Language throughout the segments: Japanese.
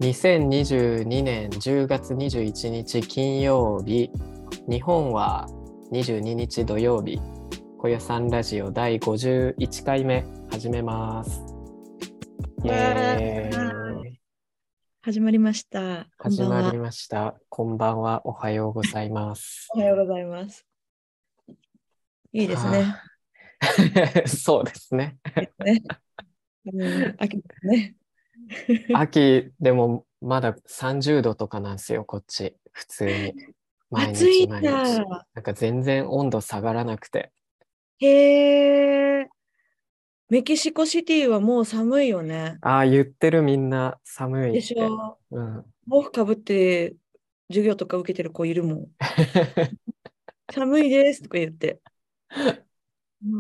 2022年10月21日金曜日、日本は22日土曜日、小屋さんラジオ第51回目始めます。イエーイ。 始まりました。こん始まばんは。 りました。こんばんは。おはようございます。 おはようございます。いいですね。 そうですね。 ね、秋ですね。 秋でもまだ30度とかなんですよ、こっち。普通に。毎暑いん日毎日。 だ。 なんか全然温度下がらなくて。 へえ。メキシコシティはもう寒いよね。 ああ、言ってるみんな寒いっでして。 ょ。 うん。 毛布かぶって授業とか受けてる子いるもん。寒いですとか言って。うん。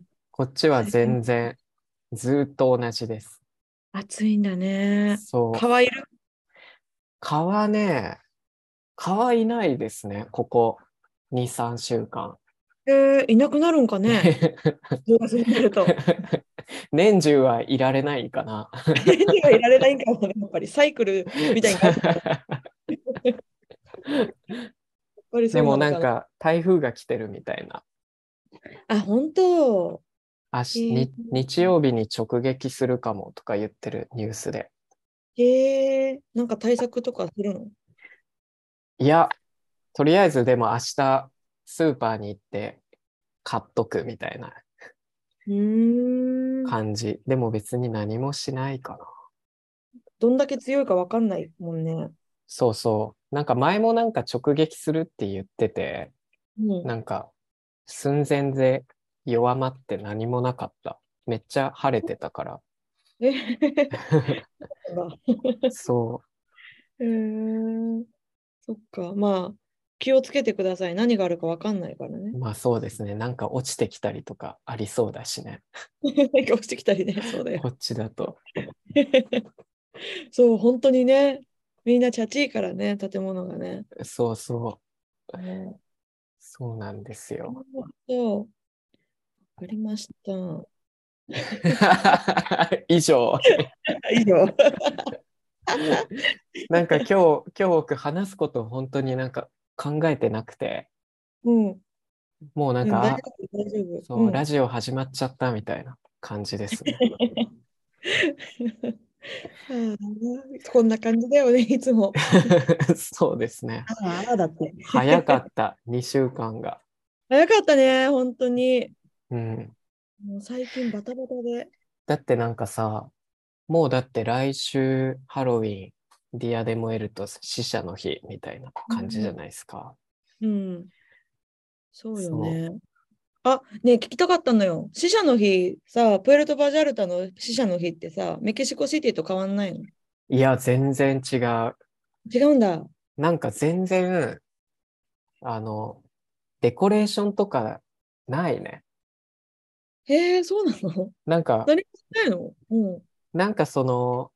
こっちは最近全然ずーっと同じです。 暑いんだね。 そう。 蚊はいる？ 蚊はね、蚊はいないですね、ここ2、3週間。 いなくなるんかね。10月になると。 年中はいられないかな。 返事がいられないんかもね。やっぱりサイクルみたいになってる。やっぱりでもそうなのかな。 なんか台風が来てるみたいな。 あ、本当。 日曜日に直撃するかもとか言ってるニュースで。 なんか対策とかするの？ いや、とりあえずでも明日スーパーに行って買っとくみたいなうーん。 感じ。でも別に何もしないかな。 どんだけ強いかわかんないもんね。 そうそう。なんか前もなんか直撃するって言ってて、 うん。 なんか寸前で弱まって何もなかった。めっちゃ晴れてたから。 えそうなんだ。 そそっか。まあ、気をつけてください。何があるかわかんないからね。 う。まあそうですね。なんか落ちてきたりとかありそうだしね。 何か落ちてきたりね。そうだよ。 こっちだと。 そう、本当にね。みんなチャチいからね、建物がね。 そうそう。 もそうなんですよ。 そう、わかりました。 以上。 いいよ。 なんか今日僕話すこと本当になんか考えてなくて、 うん。 もうなんうん、大か、 丈夫、大丈夫。 そう、 うん。 ラジオ始まっちゃったみたいな感じですね。 ああ、こんな感じだよね、いつも。 そうですね。 ああ、だって。 早かった、2週間が。 早かったね、本当に。 うん。 もう最近バタバタで。 だってなんかさ、もうだって来週ハロウィン、ディアデモエルと死者の日みたいなう感じじゃんないですか。 うん。うん、そうよそね。あ、ねえ、聞きたかったのよ。死者の日さ、プエルトバジャルタの死者の日ってさ、メキシコシティと変わんないの？ う。いや、全然違う。 違うんだ。 なんか全然、あの、デコレーションとかないね。 そうなの？ なんか、 何もしないの？うん。 なんかその、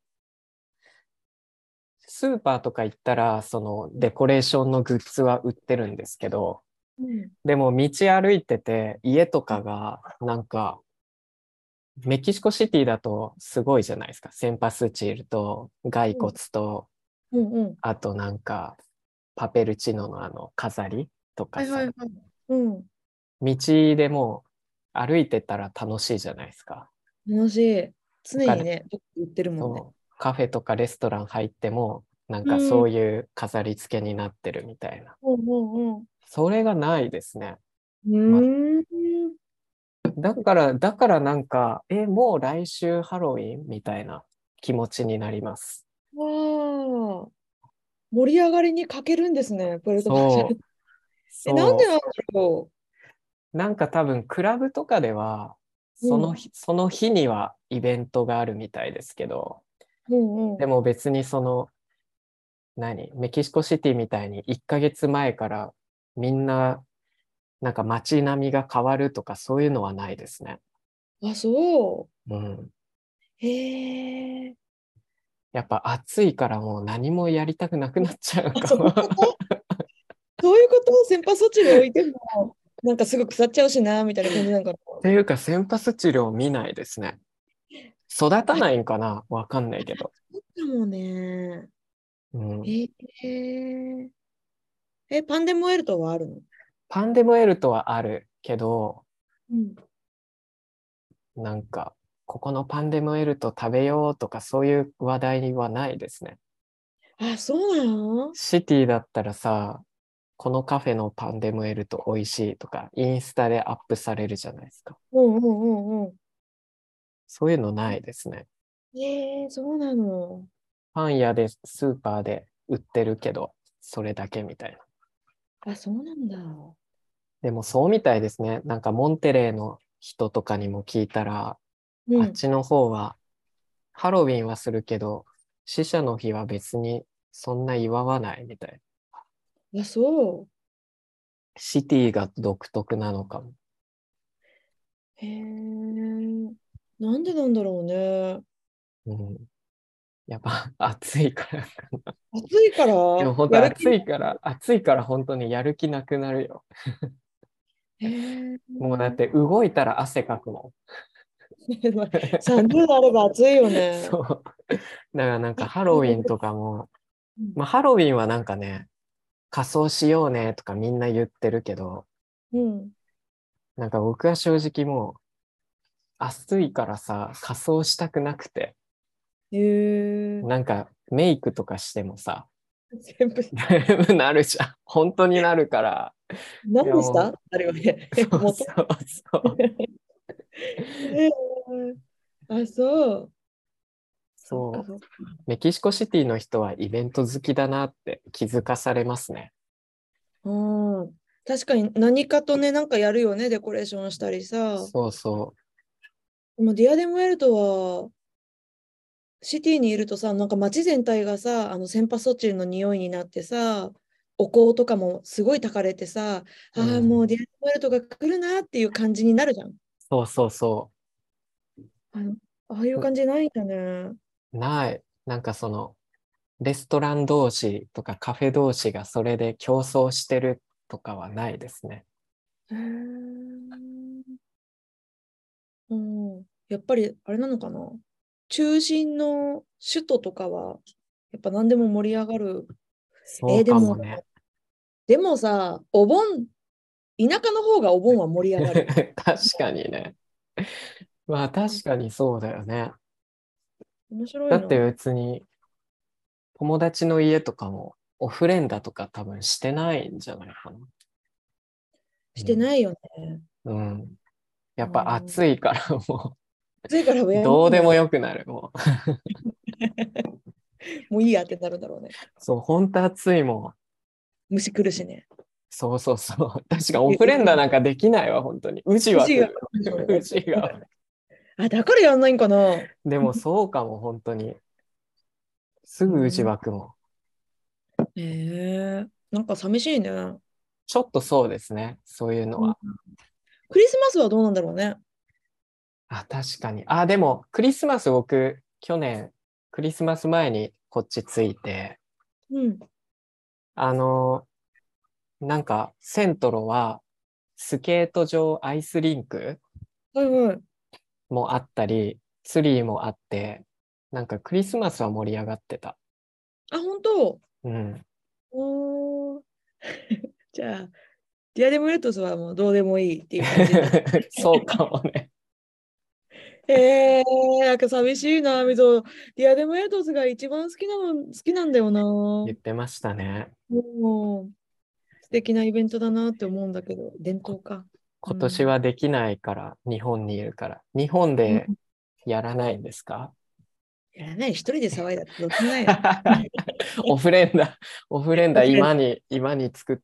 スーパーとか行ったら、そのデコレーションのグッズは売ってるんですけど、 うん。 でも道歩いてて、家とかが、なんか、メキシコシティだとすごいじゃないですか。センパスチールと骸骨うん。 と、 うんうん。 あとなんか、パペルチーノのあの飾りとかさ、 はいはいはい。うん。 道でもう歩いてたら楽しいじゃないですか。 楽しい。常他で、 にね、ちょっと売ってるもんね。 そう、カフェとかレストラン入っても、なんうん。うんかそういう飾り付けになってるみたいな。 うんうん。 それがないですね。 うま、 ーん。 だからなんか、もう来週ハロウィンみたいな気持ちになります。 わあ、盛り上がりに欠けるんですね、プエルトバジャそう、 ル。なんでそなんだろう。なんか多分クラブとかでは、 う。うん。 その日にはイベントがあるみたいですけど、 うんうん。 でも別にその、メキシコシティみたいに1ヶ月前からみんな、なんか街並みが変わるとかそういうのはないですね。 あ、そうん。 う。へえ。 やっぱ暑いからもう何もやりたくなくなっちゃうあ、 かも。 そういうこと？そういうこと？先発措置で置いても、なんかすぐ腐っちゃうしな、みたいな感じなんかな。 っていうか、先発治療見ないですね。育たないんかなわかんないけど。 かもね。 うん、 えー、パンデモエルトはあるの？ パンデモエルトはあるけど、 うん。 なんか、ここのパンデモエルト食べようとかそういう話題はないですね。 あ、そうなの？ シティだったらさ、このカフェのパンデモエルト美味しいとか、インスタでアップされるじゃないですか。 うんうんうんそういうのないですね。 うん。そうなの。 パン屋で、スーパーで売ってるけど、それだけみたいな。 あ、そうなんだ。 でもそうみたいですね。なんかモンテレーの人とかにも聞いたら、 うん。 あっちの方はハロウィンはするけど、死者の日は別にそんな祝わないみたい。 あ、そう。 シティが独特なのかも。 へえ。なんでなんだろうね。 うん、やっぱ暑いから。 暑いからでも本当やる気。 暑いから本当にやる気なくなるよ。 へえ。 もうだって動いたら汗かくもまあん。 30度あれば暑いよね。 そう。だからなんかハロウィンとかも、 うんまあハロウィンはなんかね、仮装しようねとかみんな言ってるけど、 うん。 なんか僕は正直もう暑いからさ、仮装したくなくて、 へえ。 なんかメイクとかしてもさ、 全部、 だいぶなるじゃん。本当になるから、い何でしやもう、 たあれはね。 そう元。 そうそう。 へえ。あ、そう。そっかそう。 そっか。 メキシコシティの人はイベント好きだなって気づかされますね。 うん。確かに何かとね、なんかやるよね、デコレーションしたりさ。 そうそでもディアデモエルトは、シティにいるとさ、なんか街全体がさ、センパソチルの匂いになってさ、お香とかもすごい焚かれてさ、あう。うあ、もうん。 ディアデモエルトが来るなっていう感じになるじゃん。 そうそうそあの、ああいうう。 感じないんだね。 ない。なんかその、レストラン同士とかカフェ同士がそれで競争してるとかはないですね。 へー。うん。やっぱり、あれなのかな。中心の首都とかは、やっぱ何でも盛り上がる。 そうでも、 かもね。 さ、田舎の方がお盆は盛り上がるよね。 確かにね。まあ確かにそうだよね。 面白いな。 だって別に友達の家とかもオフレンダとか多分してないんじゃないかな。うん。 してないよね。 うん。やっぱうん。 暑いからも暑いからうやんないんだろう。 どうでもよくなる。もう。 もういいやってなるんだろうね。 そう、本当暑いもん。 虫来るしね。 そうそうそう。確かオフレンダなんかできないわ、本当に。宇治湧虫が来く。 るでしょ。 宇治が。 あ、だからやんないんかな。 でもそうかも、本当に。すぐ宇治うん。 湧くもん。 なんか寂しいね。 ちょっとそうですね。そういうのうん。 は。 クリスマスはどうなんだろうね。 あ、確かに。あ、でも、クリスマス僕、去年、クリスマス前にこっち着いて、 うん。 あの、なんか、セントロは、スケート場、アイスリンクはいはい。 もあったり、ツリーもあって、なんかクリスマスは盛り上がってた。 あ、本当。 うん。 おー。じゃあ、ディアデモレットスはもうどうでもいいっていう感じになって。 そうかもね。 なんか寂しいな、みぞ。ディアデモレットスが一番好きなんだよな。 言ってましたね。 もう、素敵なイベントだなって思うんだけど、伝こ統か。う今年ん。 はできないから、日本にいるから。日本でうん。 やらないんですか？ やらない、一人で騒いだってどっちもないよ。 オフレンダ、オフレンダ遅れ今に作って。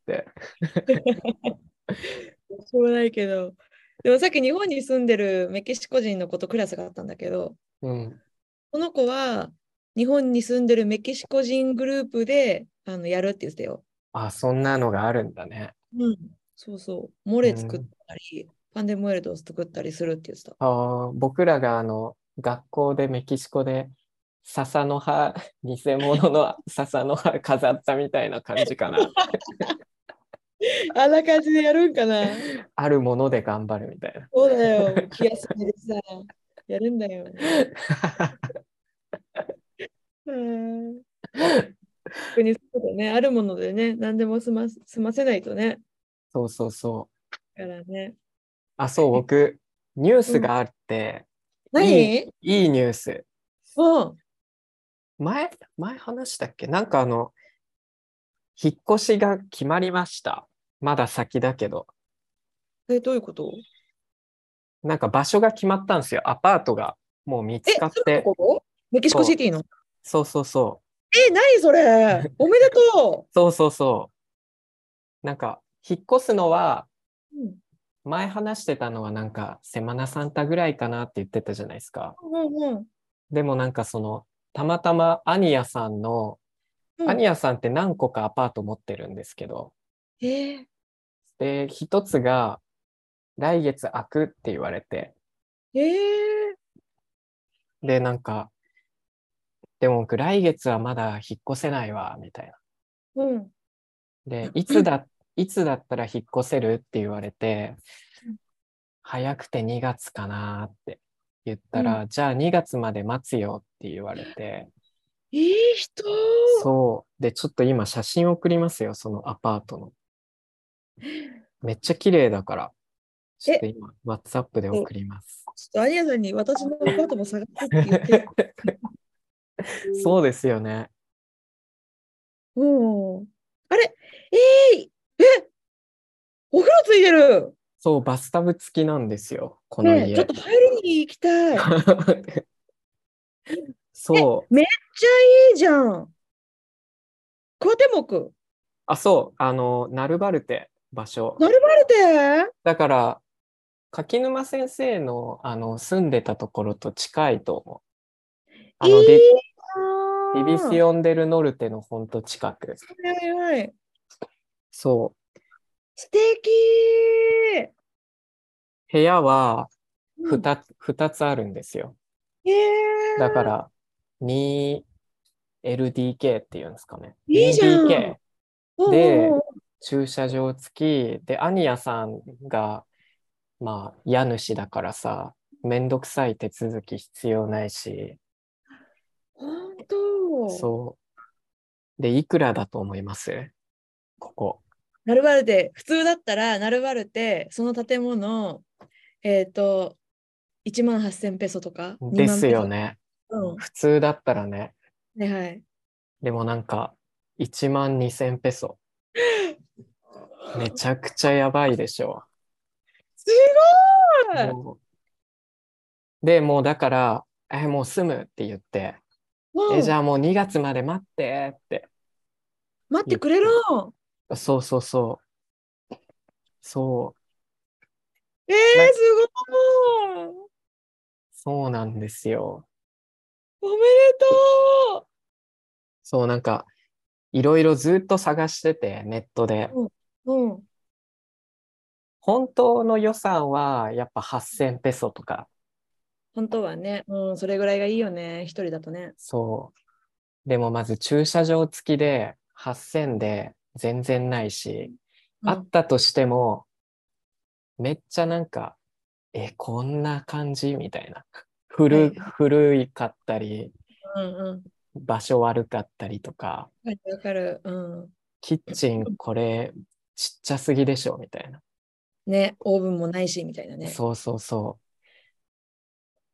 しょうがないけど。でもさっき日本に住んでるメキシコ人の子とクラスがあったんだけど、 うん。 その子は日本に住んでるメキシコ人グループでやるって言ってたよ。 あ、そんなのがあるんだね。 うん。そうそう。モレ作っうん。 たり、パンデモエルドを作ったりするって言ってた。 僕らが学校でメキシコで笹の葉、偽物の笹の葉飾ったみたいな感じかな。 あんな感じでやるんかな。 あるもので頑張るみたいな。 そうだよ。気休めでさ、やるんだよ。 逆にそうだね。あるものでね、何でも済ませないとね。 そうそうそう。 だからね。 あ、そう、僕、ニューうん。 スがあって、 何？ いいニュース。 うん。 前話したっけ？なんか引っ越しが決まりました。まだ先だけど。 どういうこと？ なんか場所が決まったんですよ。アパートがもう見つかっ住むとて。 こメキシコそう、 シティの？ そうそうそう。 何それ？おめでとそうそうそう。なんか、引っ越すのは、 う。うん。 前話してたのはなんか、セマナサンタぐらいかなって言ってたじゃないですか。 うんうんでもなんかたまたまアニうん。 ヤさんって何個かアパート持ってるんですけど、 えー、 で、一つが来月開くって言われて、 えー、 で、なんか、でも僕来月はまだ引っ越せないわ、みたいな。 うん。 で、いつだったら引っ越せるって言われて、早くて2月かなって言ったうん。 ら、じゃあ2月まで待つよって言われて、 いい人。 そう。で、ちょっと今写真送りますよ、そのアパートの。めっちゃ綺麗だから、ちょっとえ、 今、WhatsApp でちょっ送ります。 とアニヤさんに私のアパートも探してって言って。 そうですよね。 うん。あれ、え、お風呂ついてる。 そう、バスタブ付きなんですよ、このねえ、ちょっ家。 と入りに行きたい。 そう。 めっちゃいいじゃん。コテモク。 あ、そう、ナルバルテ場所。 ナルバルテ？ だから、柿沼先生の、住んでたところと近いと思う。 いいディビなぁ。 シオンデルノルテのほんと近く。 はいはい。 そう。 素敵。 部屋はうん。 2つあるんですよ。だかえら、2LDK っていうんですかね。 いいじゃん。うん 2DK で、 うんうん。 駐車場付き、で、アニヤさんが、まあ、家主だからさ、めんどくさい手続き必要ないし、 本当。 そう。で、いくらだと思いますここ？ ナルバルテ、普通だったら、ナルバルテ、その建物、えっと、1万8000ペソとか、 です 2万ペソ。 よね。 うん。 普通だったらね。 はいはい。 でもなんか、1万2000ペソ。めちゃくちゃやばいでしょ。 すごい。 もで、もうだから、もう住むって言って、じうん。 ゃあもう2月まで待ってって言っ待ってくれるて。 の？ そうそうそう。そう。 すごい。 そうなんですよ。 おめでとそう、なんか、いろいろずっと探してて、ネットで。 う。うん。うん。 本当の予算はやっぱ8000ペソとか。 本当はね、うん、それぐらいがいいよね、一人だとね。 そう。でもまず駐車場付きで8000で全然ないし、あっうん。 たとしても、めっちゃなんか、こんな感じみたいな。 はいはい。 古いかったり、 うんうん。 場所悪かったりとか、 はい、わかる。うん。 キッチンこれちっちゃすぎでしょみたいな。 ね、オーブンもないし、みたいなね。 そうそうそう。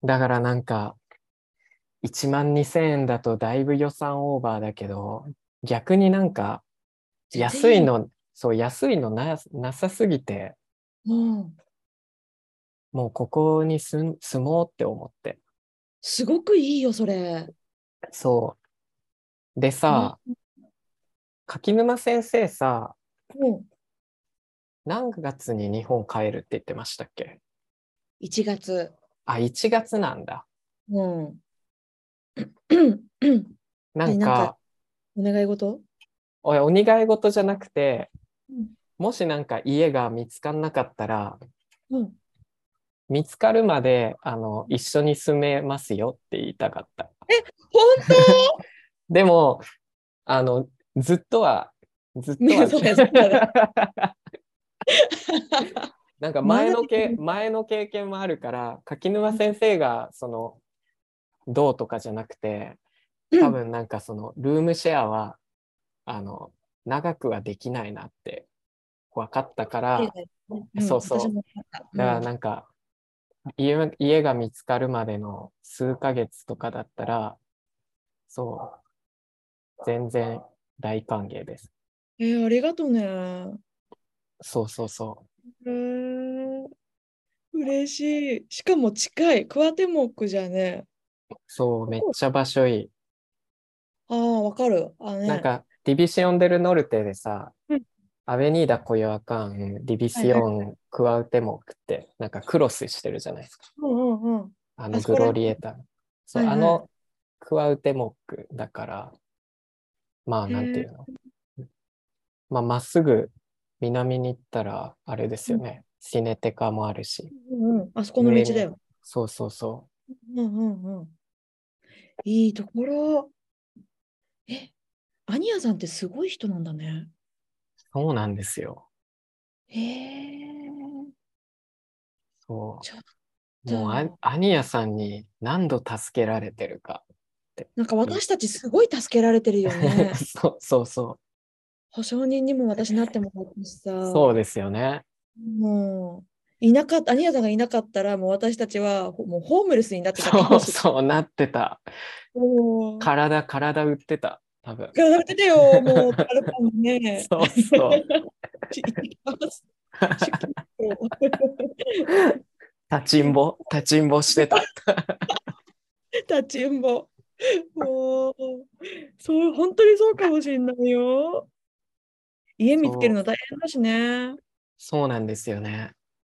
だからなんか、1万2000円だとだいぶ予算オーバーだけど、逆になんか、 全然いいよ。 安いのなさすぎて、 うん。 もうここに住もうって思って。 すごくいいよ、それ。 そう。でうん。 さ、柿沼先生さ、 うん。 何月に日本帰るって言ってましたっけ？ 1月。 あ、1月なんだ。 うん。なんか、 なんか、 お願い事？ お願い事じゃなくて、 うん。 もしなんか家が見つかんなかったら、 うん。 見つかるまで、一緒に住めますよって言いたかった。 本でも、あの、ずっとは、ずっ当？ね、 とはそうや、そうや。 なんかまだできる。 前の経験もあるから、柿沼先生が、どうとかじゃなくて、 うん。 多分なんかルームシェアは長くはできないなって分かったかいいら、 ねうん、私そうそう。 も思った。 だからうん。 なんか、家が見つかるまでの数ヶ月とかだったら、そう、全然大歓迎です。 ありがとうね。へそうそうそえ、嬉しい。しかも近い。クワテモックじゃね。 う。そう、めっちゃ場所いい。 ああ、わかる。 なんか、ディビシオンデルノルテでさ、 うん、 アベニーダコヨアカン、ディビはいはい。 シオン、クワウテモクって、なんかクロスしてるじゃないですか。 うんうんうん。 グロあそこらへん。 リエタ。そう、 はいはクワウテモクだから、まあ、 い。へえ。 なんていうの。まあ、まっすぐ南に行ったら、あれですうんよね。シネテカもあるし、 うんうん。あそこの上に、 道だよ。 そうそうそう。 うんうんうん。いいところ。え、アニヤさんってすごい人なんだね。 そうなんですよ。 へえ。 そちょっう。もうと。 アニヤさんに何度助けられてるかってなんかいう。 私たちすごい助けられてるよね。 そうそうそう。 保証人にも私なってもらったしさ。 そうですよね。 もう、いなかった、アニヤさんがいなかったら、もう私たちはもうホームレスになってたかもしれない。 そうそうなってた。 もう、 体売ってた。多分。 やめててよ、もう、アルパンでね。 そうそ行きます。出う。 勤を立ちんぼしてた。 立ちんぼ。もう、そう、本当にそうかもしれないよ。家見つけそう、 るの大変だしね。 そうなんですよね。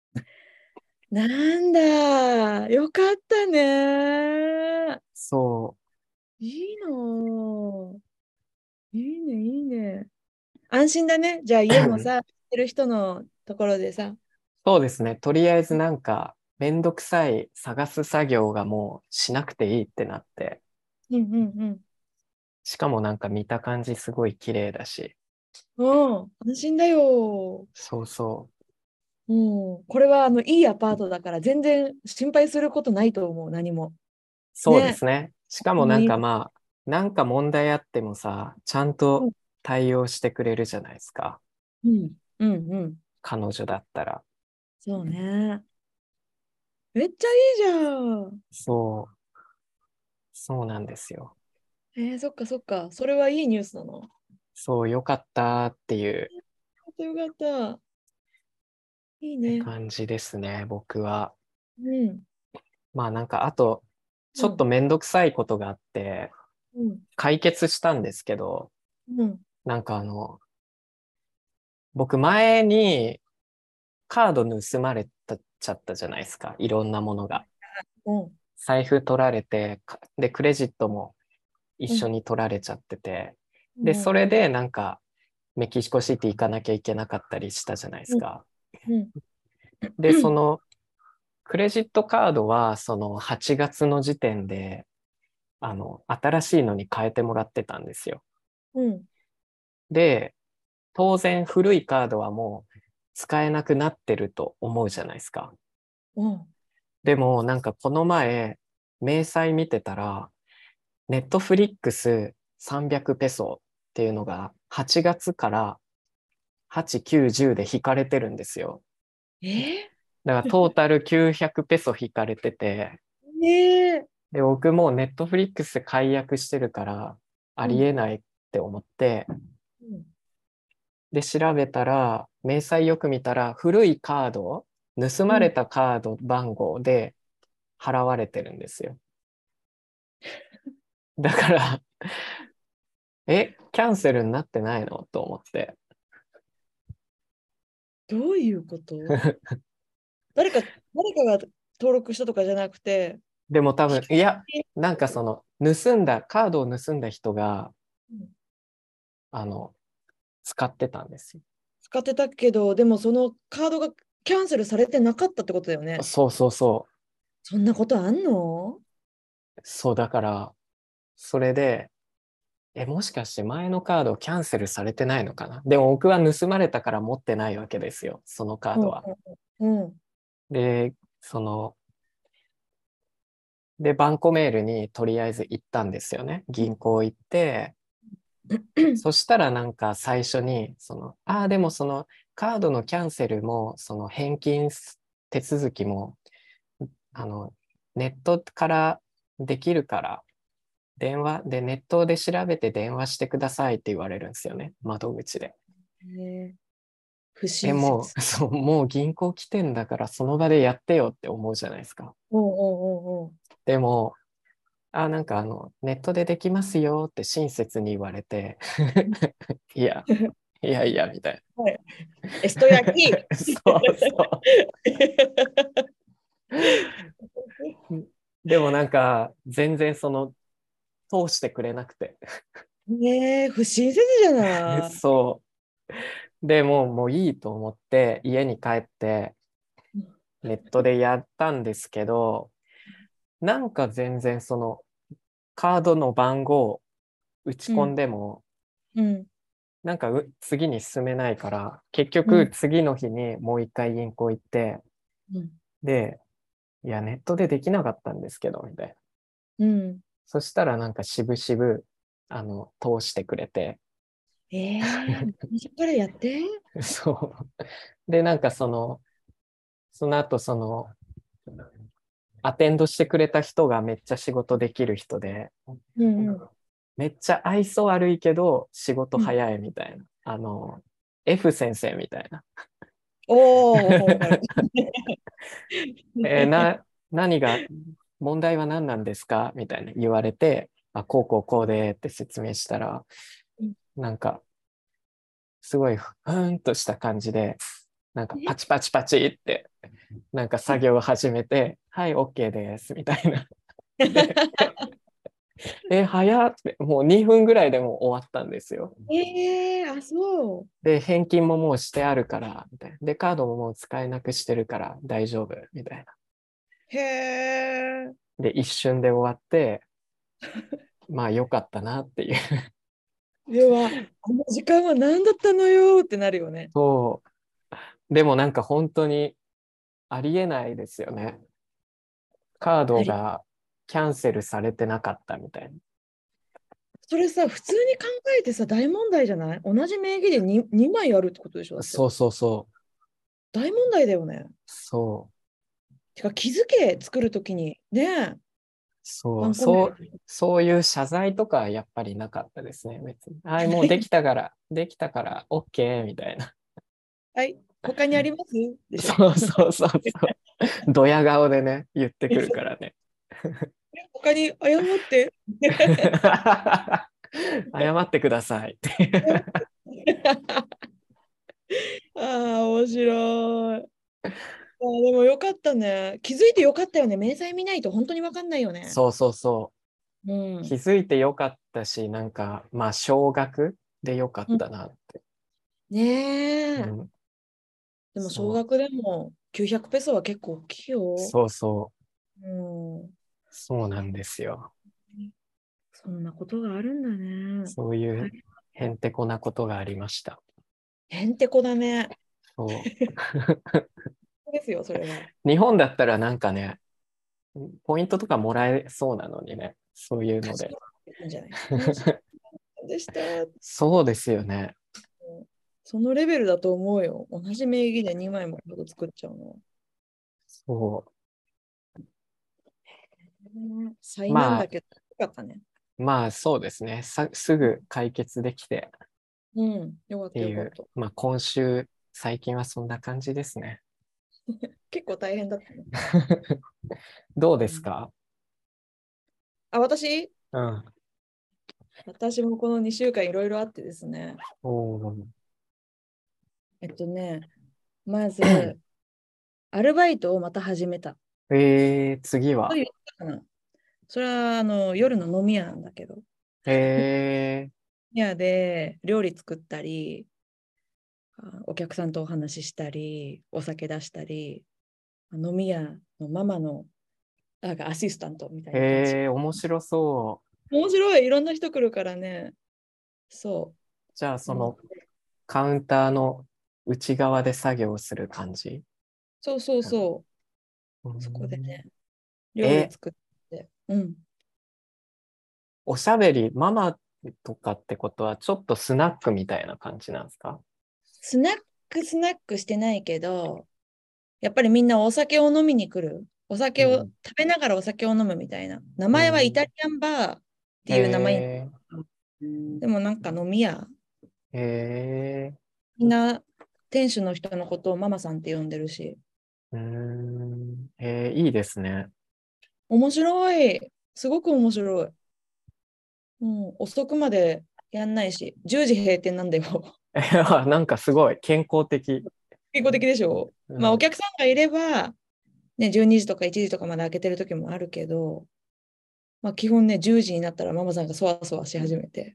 なんだ、よかったね。 そう。 いいの。いいね、いいね。安心だね。じゃあ家もさ、知ってる人のところでさ。 そうですね。とりあえずなんか、めんどくさい探す作業がもうしなくていいってなって、 うんうんしかもなんか見た感じすごい綺麗だし、 うん。うん、安心だよ。 そうそう。 うん。これはいいアパートだから全然心配することないと思う、何も。 そうでね。 すね。しかもなんもういい。 かまあ、なんか問題あってもさ、ちゃんとうん対応してくれるじゃないですか。 うんうんうん。 彼女だったら。 そうね。めっちゃいいじゃん。 そう、そうなんですよ。 そっかそっか。それはいいニュースなの。 そう、よかったっていうよかったよかった。いいね。 感じですね、僕は。 うん。 まあなんか、あと、ちょっとうん。 めんどくさいことがあって、 うん。 解決したんですけど、 うん。 なんか僕前にカード盗まれたちゃったじゃないですか。いろんなものが。 うん。 財布取られて、で、クレジットも一うん。 緒に取られちゃってて、で、それうん。 でなんか、メキシコシティ行かなきゃいけなかったりしたじゃないですうん。 か。 うん。 で、その、クレジットカードは、その8月の時点で、新しいのに変えてもらってたんですよ。 うん。 で、当然古いカードはもう使えなくなってると思うじゃないですか。 うん。 でもなんかこの前、明細見てたら、ネットフリックス300ペソっていうのが8月から8、9、10で引かれてるんですよ。 えだからトータル900ペソ引かれてて、 ねえ。 で、僕もうネットフリックス解約してるからあうん。 りえないって思って、 うん。 で、調べたら、明細よく見たら、古いカード、盗うん。 まれたカード番号で払われてるんですよ。だからキャンセルになってないのと思って。 どういうこと？誰かが登録したとかじゃなくて、 でも多分、いや、 光なんかその、カードを盗んだ人が、 うんあの、使ってたんですよ。 使ってたけど、でもそのカードがキャンセルされてなかったってことだよね。 そうそうそう。 そんなことあんの？ そうだから、それで、もしかして前のカードキャンセルされてないのかな。でも僕は盗まれたから持ってないわけですよ、そのカーうんドは。 うんうんで、で、バンコメールにとりあえず行ったんですよね。銀行行って、 そしたらなんか最初に、でもそのカードのキャンセルも、その返金手続きも、あの、ネットからできるから、電話で、ネットで調べて電話してくださいって言われるんですよね、窓口で。 ね、不親も切。 う、そう、もう銀行来てんだから、その場でやってよって思うじゃないですか。 おうおうおうおう。 でも、なんかネットでできますよって親切に言われて、いや、いやいや、みたいはい。エストヤキ。 な。そうそう。でもなんか、全然通してくれなくて。 ねえ、不親切じゃない。 そう。でもういいと思って家に帰ってネットでやったんですけど、なんか全然カードの番号を打ち込んうん、 でも、 うん、 なんか次に進めないから、結うん、 局次の日にもう一回銀行行って、 うん、 で、いや、ネットでできなかったんですけど、みたいな。 うん。 そしたらなんか渋々、通してくれて、 最初からやって。 そう。で、なんかその後アテンドしてくれた人がめっちゃ仕事できる人で、 うんうん。 めっちゃ愛想悪いけど仕事うん。 早いみたいな。F 先生みたいな。 おお、はいはい。 えーな、何が、問題は何なんですかみたいな言われて、こうこうこうでって説明したら、なんか、すごいふーんとした感じで、なんかパチパチパチって、なんか作業を始めて、はい、OK です、みたいな。で、早って、もう2分ぐらいでもう終わったんですよ。 あ、そう。 で、返金ももうしてあるから、みたいな。で、カードももう使えなくしてるから大丈夫、みたいな。 へえ。 で、一瞬で終わって、まあ良かったなっていう。 では、この時間は何だったのよってなるよね。 そう。でもなんか本当にありえないですよね。カードあり、 がキャンセルされてなかったみたいな。 それさ、普通に考えてさ、大問題じゃない？同じ名義で2枚あるってことでしょ？だって。 そうそうそう。 大問題だよね。 そう。 てか、気づけ作るときに。ねえ。 そう、 ワンコメント。 そういう謝罪とかはやっぱりなかったですね、別に。はい、もうできたから、OK みたいな。 はい。他にありますでしょ？ そうそうそうそう。ドヤ顔でね、言ってくるからね。 他に謝って。 謝ってくださいって。 ああ、面白い。でもよかったね。気づいてよかったよね。明細見ないと本当にわかんないよね。 そうそうそう。気うん。 づいてよかったし、なんか、まあ、少額でよかっうん、 たなって。 ねえ。 うん、 でも少そう、 額でも900ペソは結構大きいよ。 そうそう、 うん。 そうなんですよ。 そんなことがあるんだね。 そういう大変へんてこなことがありました。 へんてこだね。 そですよ、それは。 う。日本だったらなんかね、ポイントとかもらえそうなのにね、そういうので。 確かにいいんじゃない？楽しみでした。 そうですよね。 そのレベルだと思うよ。同じ名義で2枚もカード作っちゃうの。 そう。 災難まあ、 だけど、よかったね。 まあそうですね。すぐ解決できてっうん、よかっていう、 たよかった。 まあ最近はそんな感じですね。 結構大変だったね。 どううん、 ですか？ あ、 うん。 私もこの2週間いろいろあってですね。 おー。 まず、アルバイトをまた始めた。 次は？ と言ったかな。それは夜の飲み屋なんだけど、飲えみ屋で料理作ったり、お客さんとお話ししたり、お酒出したり、飲み屋のママのなんかアシスタントみたいな感じ。 面白そう。 面白い、いろんな人来るからね。そじゃあう。もう、 カウンターの内側で作業する感じ？ そうそうそう。 うそこでん。 ね、料理え、 作って。うん。 おしゃべり、ママとかってことは、ちょっとスナックみたいな感じなんですか？ スナックしてないけど、やっぱりみんなお酒を飲みに来る。お酒をうん。 食べながらお酒を飲むみたいな。名う前はイタリん。 アンバーっていう名前。 へでもなんか飲み屋。 え、へえ、 みんな店主の人のことをママさんって呼んでるし。 へえ、いいですね。 面白い。すごく面白い。うん、遅くまでやんないし、10時閉店なんだよ。 なんかすごい健康的。 健康的でしょ。まあ、おうん。 客さんがいれば、ね、12時とか1時とかまで開けてる時もあるけど、まあ、基本ね、10時になったらママさんがそわそわし始めて、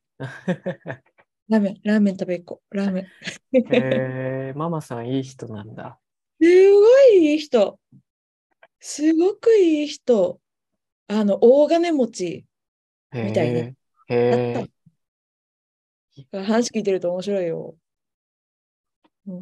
ラーメン食べ行こう、ラーメン。 ママさんいい人なんだ。 すごいいい人。すごくいい人。大金持ちへみたいね。 え、へだった。 え、 話聞いてると面白いよ。うん、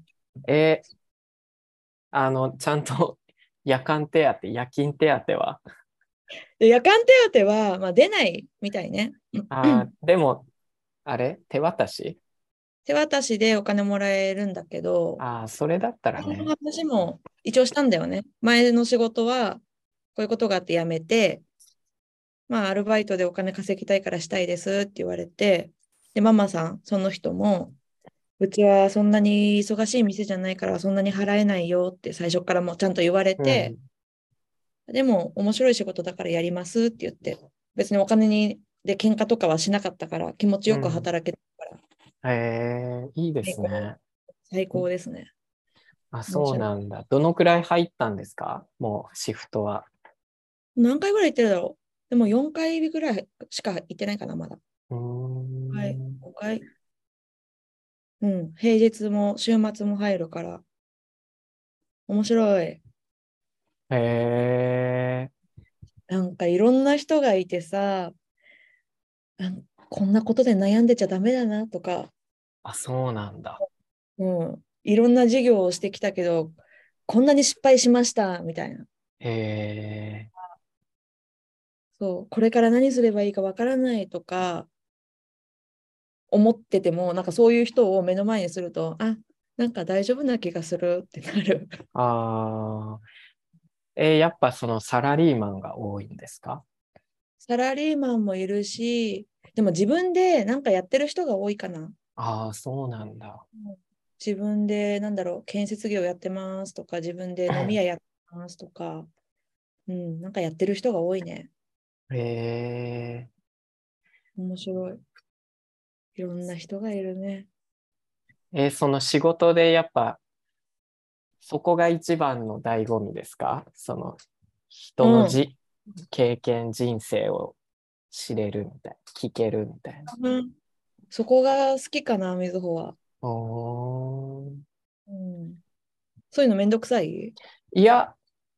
えちゃんと夜間手当、夜勤手当は？ で、夜間手当は、まあ、出ないみたいね。 でも、あれ手渡し？ 手渡しでお金もらえるんだけど、 それだったらそのね。 話も一応したんだよね。前の仕事はこういうことがあって辞めて、まあ、アルバイトでお金稼ぎたいからしたいですって言われて、で、ママさん、その人も、うちはそんなに忙しい店じゃないからそんなに払えないよって最初からもちゃんと言われて、 うん、 でも面白い仕事だからやりますって言って、別にお金にで喧嘩とかはしなかったから気持ちよくうん。 働けたからいいで最高、 すね。 最高ですね。面そう白い。 なんだ。どのくらい入ったんですか？もうシフトは。 何回ぐらい行ってるだろう。でも4回ぐらいしか行ってないかな、まだ。 うーはい、 ん。 5回。うん、平日も週末も入るから、面白い。 へえ。 なんかいろんな人がいてさ、こんなことで悩んでちゃダメだなとか、 そうなんだ。 うん、いろんな事業をしてきたけど、こんなに失敗しましたみたいな。 へえ。 そう、これから何すればいいかわからないとか思ってても、なんかそういう人を目の前にすると、あ、なんか大丈夫な気がするってなる。 あやっぱそのサラリーマンが多いんですか？ サラリーマンもいるし、でも自分でなんかやってる人が多いかな。 そうなんだ。 自分で、なんだろう、建設業やってますとか、自分で飲み屋やってますとか、うん、なんかやってる人が多いね。 へえ。 面白い。いろんな人がいるね。 その仕事でやっぱそこが一番の醍醐味ですか？そのうん。 人の経験、人生を知れるみたい、聞けるみたいな。 うん、そこが好きかな、みずほは。 おー。 うん、そういうのめんどくさい？ いや、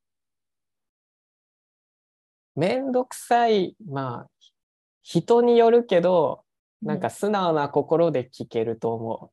めんどくさい。まあ、人によるけど、なんかうん。 素直な心で聞けると思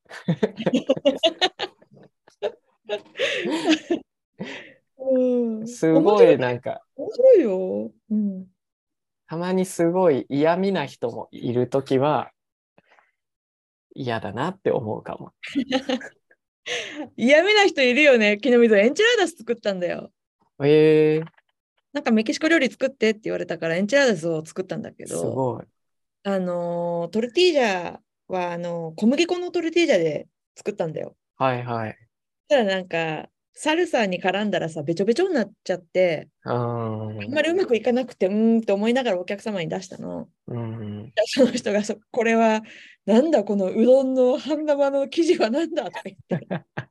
うう。 ん。面白い。 すごいなんか、 面白いよ。うん。 たまにすごい嫌味な人もいるときは嫌だなって思うかも。 嫌味な人いるよね。昨日みぞエンチラダス作ったんだよ。 えー、 なんかメキシコ料理作ってって言われたからエンチラダスを作ったんだけど、 すごい。 トルティージャは小麦粉のトルティージャで作ったんだよ。 はいはい。 ただなんかサルサに絡んだらさ、べちょべちょになっちゃって、 うーん。 あんまりうまくいかなくて、って思いながらお客様に出したの。 うん。 その人がこれはなんだこのうどんの半生の生地はなんだとか言って、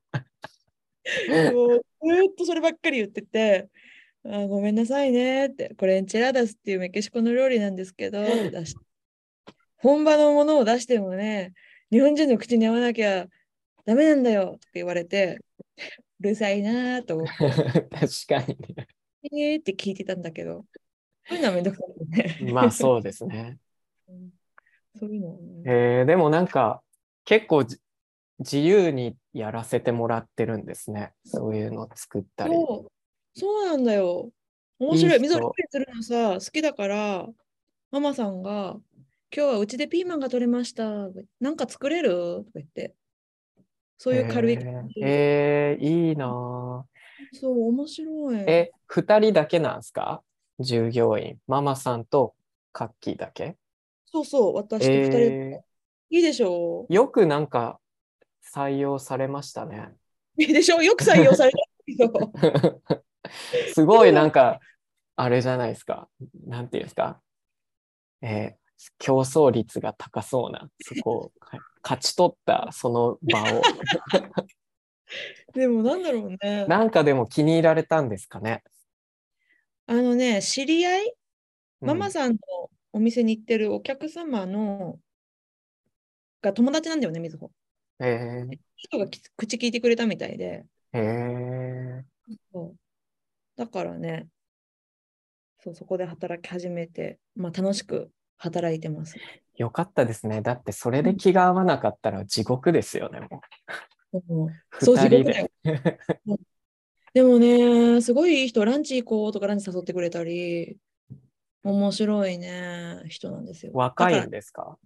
もうずーっとそればっかり言ってて、ごめんなさいねって、これエンチラダスっていうメキシコの料理なんですけどって出して、本場のものを出してもね、日本人の口に合わなきゃダメなんだよとか言われて、うるさいなと思って、 確かにね。 って聞いてたんだけど、そういうのはめんどくさいよね。 まあそうですね。 うん、そういうのはね。 でもなんか結構自由にやらせてもらってるんですね。そういうのを作ったり。 そう、そうなんだよ。面いい白い。みぞ料人。 理するのさ、好きだから、ママさんが、 今日はうちでピーマンが取れました。なんか作れるとか言って、そうへいう軽い。 いいなそう、面白ぁ。 い。 二人だけなんですか？従業員。ママさんとカッキーだけ？ そうそう、私と二人。 えいいでしょよくなんか採用されましたね。 う。いいでしょう。よく採用されたけど。 すごいなんか、あれじゃないですか。なんていうんですか。競争率が高そうな、そこを勝ち取ったその場を。 でもなんだろうね。 なんかでも気に入られたんですかね。 知り合い、 うん。 ママさんのお店に行ってるお客様のが友達なんだよね、みずほ。 え人が口聞いてくれたみたいで。 ー、 そうだからね、そう、そこで働き始めて、まあ、楽しく働いてます。 よかったですね。だってそれで気が合わなかったら地獄ですよね、もう。 そう、 二人で。 地獄だよ。でもね、すごいいい人、ランチ行こうとかランチ誘ってくれたり、面白いね、人なんですよ。だ若いから、 んですか？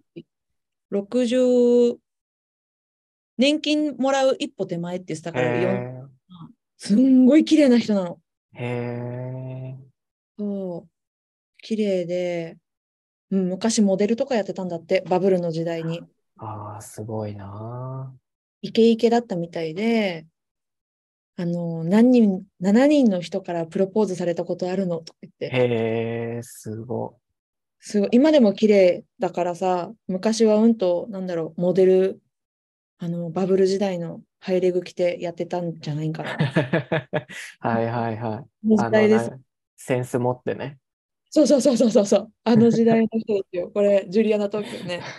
60、年金もらう一歩手前って言ってたへから、 え、 すんごい綺麗な人なの。 へえ、 そう、綺麗で、うん、昔モデルとかやってたんだって、バブルの時代に。 ああ、すごいなイケイケだったみたいで、何人、7人の人からプロポーズされたことあるのとか言って、 へえ、すご。 すごい、今でも綺麗だからさ、昔はなんだろう、モデル、バブル時代のハイレグ着てやってたんじゃないかな。 はいはいはい。 の時代です。 センス持ってね。 そうそうそうそうそうそう。あの時代の人ですよ。これ、ジュリアナ東京ね。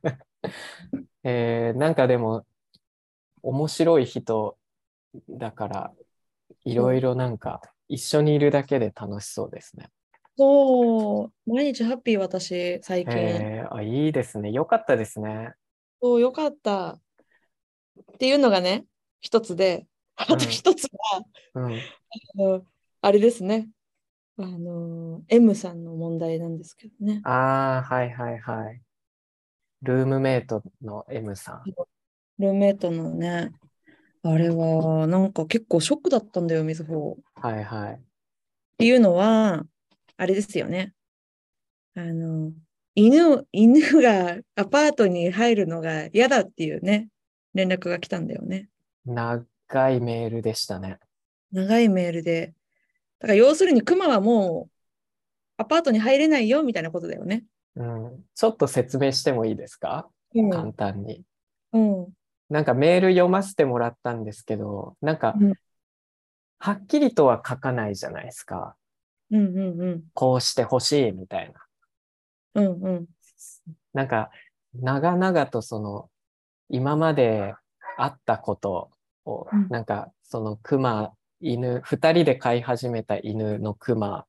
なんかでも面白い人だから、いろいそう。 ろなんか一緒にいるだけで楽しそうですね。 そう。毎日ハッピー、私、最近。 いいですね。よかったですね。 そう、よかった。っていうのがね、一つで、あとうん、 一つが、 うん。 あれですね。M さんの問題なんですけどね。 ああ、はいはいはい。ルームメイトの M さルームメイトのね、あれは、なんか結構ショックだったんだよ、みずほ。っん。はいはい。 ていうのは、あれですよね。あの、犬がアパートに入るのが嫌だっていうね、連絡が来たんだよね。 長いメールでしたね。 長いメールで。だから要するに、クマはもうアパートに入れないよみたいなことだよね。 うん。ちょっと説明してもいいですか？簡うん。 単に。 うん。 なんかメール読ませてもらったんですけど、なんかうん。 はっきりとは書かないじゃないですか。 うん。うん。 こうしてほしいみたいな。 うん。うん。 なんか長々と今まであったことを、 うん。 なんかその二人で飼い始めた犬のクマ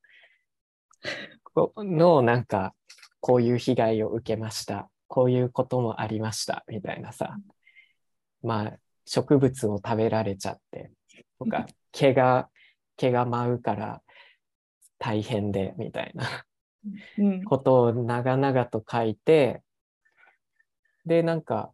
のなんかこういう被害を受けました。こういうこともありましたみたいなさ。まあ植物を食べられちゃってとか、毛が舞うから大変でみたいなうん。 ことを長々と書いて、で、なんか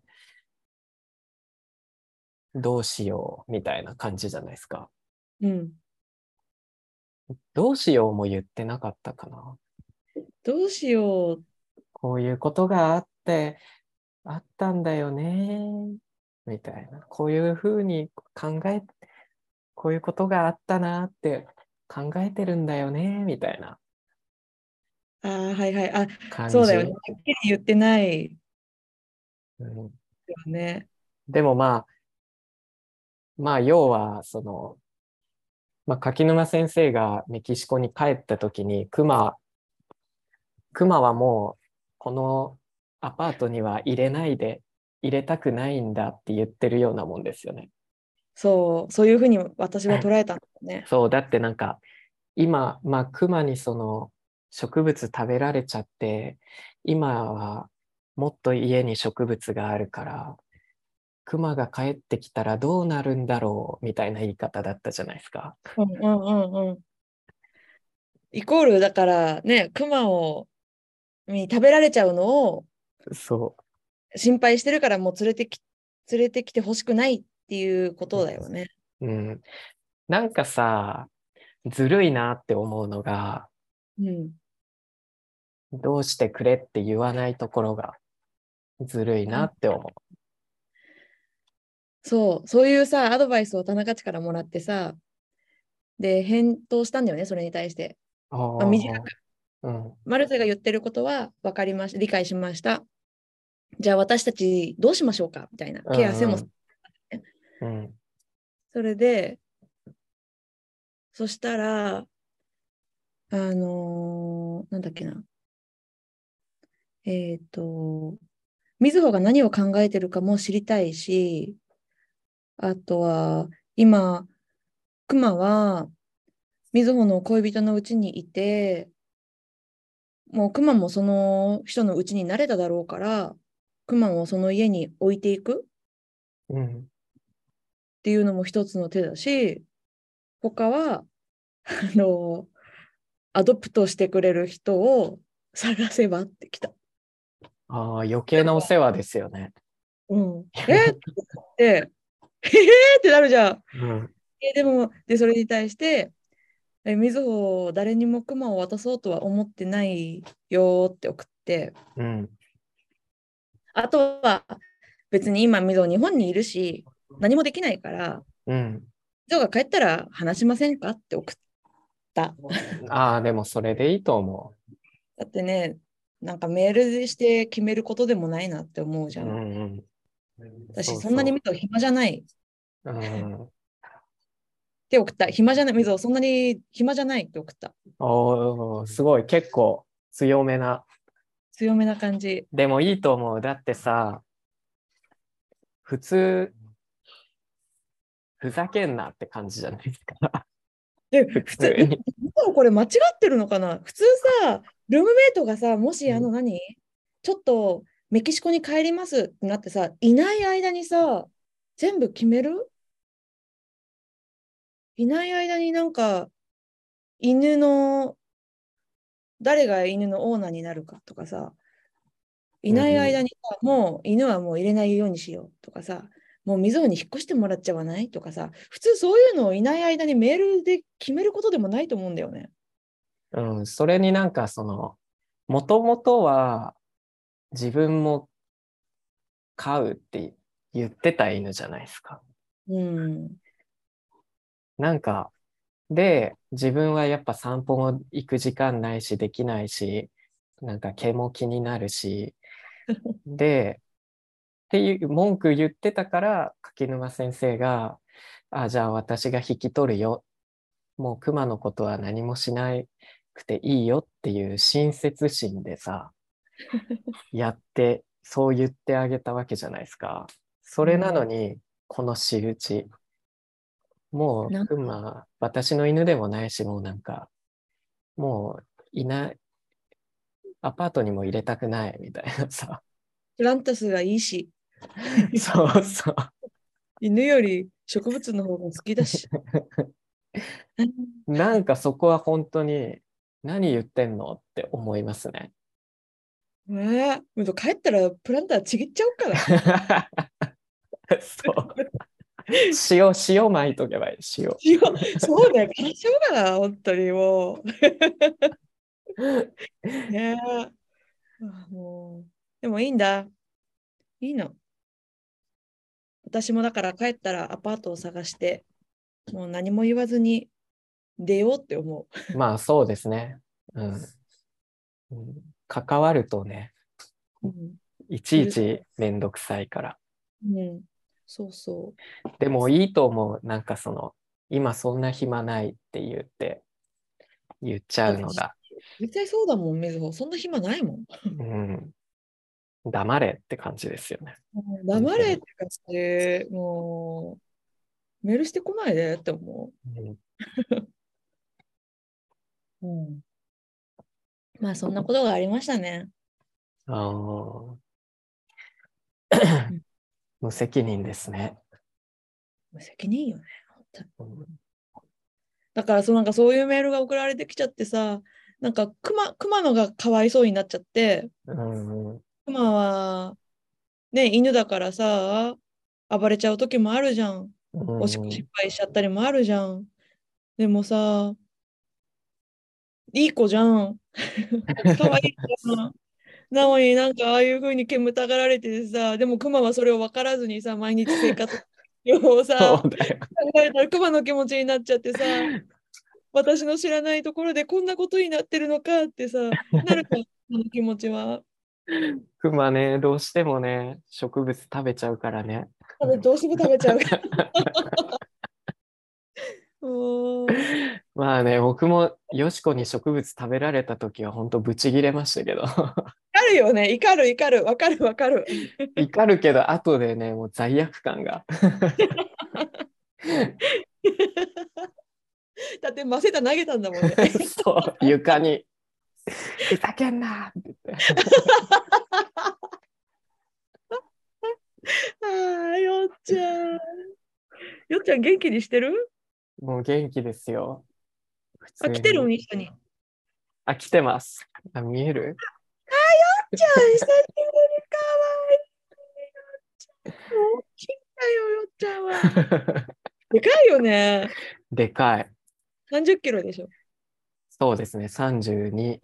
どうしようみたいな感じじゃないですか。 うん。 どうしようも言ってなかったかな。 どうしよう。 こういうことがあったんだよね。みたいな。こういうふうにこういうことがあったなって考えてるんだよね。みたいなああ、はいはい。あ、 感じ。 そうだよね。はっきり言ってないうん、 よね。 でもまあ、要は、まあ、柿沼先生がメキシコに帰った時に、クマはもう、このアパートには入れたくないんだって言ってるようなもんですよね。 そう、そういうふうに私は捉えたんだよね。 そう、だってなんか、今、まあ、クマに植物食べられちゃって、今はもっと家に植物があるから、クマが帰ってきたらどうなるんだろうみたいな言い方だったじゃないですか。 うんうんうんうん。イコール、だからね、クマに食べられちゃうのをそ心配してるからもう連れてきてほしくないっていうことだよね。 う。うん。なんかさ、ずるいなって思うのが、 うん。 どうしてくれって言わないところがずるいなって思そういうさ、アドバイスを田中っちからもらってさ、で、返答したんだよね、それに対して。 う。 まあ、短あく、 あ、うん、 マルセが言ってることは分かりました、理解しました。じゃあ私たちどうしましょうかみたいな。 うケアせも、 ん、うん、 それで、そしたら、なんだっけな。えっと、みずほが何を考えてるかも知りたいし、あとは、今、クマは、みずほの恋人のうちにいて、もうクマもその人のうちに慣れただろうから、クマをその家に置いていくうん。 っていうのも一つの手だし、他は、あの、アドプトしてくれる人を探せばってきた。 ああ、余計なお世話ですよね。 うん。って、へへーってなるじゃん。 うん、 でも、それに対して、みずほ、誰にもクマを渡そうとは思ってないよって送って、 うん、 あとは、別に今、みずほ日本にいるし、何もできないから、 うん。 みずほが帰ったら話しませんかって送った。 ああ、でもそれでいいと思だってね、なんかメールでして決めることでもないなって思うじう。 ゃん。 うん、うん。 私、そんなにそうそみずほ暇じゃないっう。うん。 て送った。暇じゃない、みずほそんなに暇じゃないって送った。 おー、すごい、結構強めな。 強めな感じ。 でもいいと思う。だってさ、普通、ふざけんなって感じじゃないですか。 で、 普普通、 通に。 これ間違ってるのかな。普通さ、ルームメイトがさ、もしちょっとメキシコに帰りますってなってさ、いない間にさ、全部決める。いない間になんか、犬の、誰が犬のオーナーになるかとかさ、いないうん、 間にさ、もう犬はもう入れないようにしようとかさ、もう溝に引っ越してもらっちゃわないとかさ、普通そういうのをいない間にメールで決めることでもないと思うんだよね。 うん、それになんかもともとは自分も飼うって言ってた犬じゃないですか。 うん。 なんか、で、自分はやっぱ散歩も行く時間ないし、できないし、なんか毛も気になるし、で、っていう文句言ってたから、柿沼先生が、あ、じゃあ私が引き取るよ。もう熊のことは何もしなくていいよっていう親切心でさ、やって、そう言ってあげたわけじゃないですか。それなのうん。 に、この仕打ち。もうなんか熊、私の犬でもないし、もうなんか、もういない、アパートにも入れたくないみたいなさ。 プランタスがいいし、 そうそう。 犬より植物の方が好きだし。 なんかそこは本当に何言ってんのって思いますね。 もう帰ったらプランターちぎっちゃおうかな。 そう。塩巻いとけばいい、塩。 そうだよ、しちゃおうかな、本当にもう。ねえ。もう、でもいいんだ。いいの。私もだから帰ったらアパートを探して、もう何も言わずに出ようって思まあそうですね。うん。関わるとね、 う。うん。 いちい許す。 ちめんどくさいから。 うん。そうそでもいいと思う。なんか今そんな暇ないって言っちう。だってゃうのが、 絶対そうだもん、みずほ。そんな暇ないもん。 うん、黙れって感じですよね。 もう本当に。 黙れって感じで、もうメールしてこないでって思うん、 う。うん。まあそんなことがありましたね。 あーうん。 無責任ですね。 無責任よね。本当に。 うん、 だからなんかそういうメールが送られてきちゃってさ、なんか熊のがかわいそうになっちゃって、 うん、 クマは、ね、犬だからさ、暴れちゃう時もあるじゃん。おしっこうん。 失敗しちゃったりもあるじゃん。でもさ、いい子じゃん。かわいい子じゃん。なのになんかああいうふうに煙たがられててさ、でもクマはそれを分からずにさ、毎日生活をさ、 そうだよ。 考えたらクマの気持ちになっちゃってさ、私の知らないところでこんなことになってるのかってさ、なるか、その気持ちは。 クマね、どうしてもね、植物食べちゃうからね。 どうしても食べちゃうから。もう、 まあね、僕もよしこに植物食べられた時は本当ブチギレましたけど。 怒るよね。怒る、怒る。わかる、わかる。 怒るけど、後でね、もう罪悪感が。 だってマセタ投げたんだもんね。 そう、床に、ふざけんなって言って。 ああ、よっちゃん。よっちゃん元気にしてる？ もう元気ですよ。普あ、来てる通に。 ん一緒に。 あ、来てます。あ、見える？ あ、よっちゃん、久しぶりかわいい。大きいんだよ、よっちゃんは。でかいよね。 でかい。 30キロでしょ。 そうですね、32。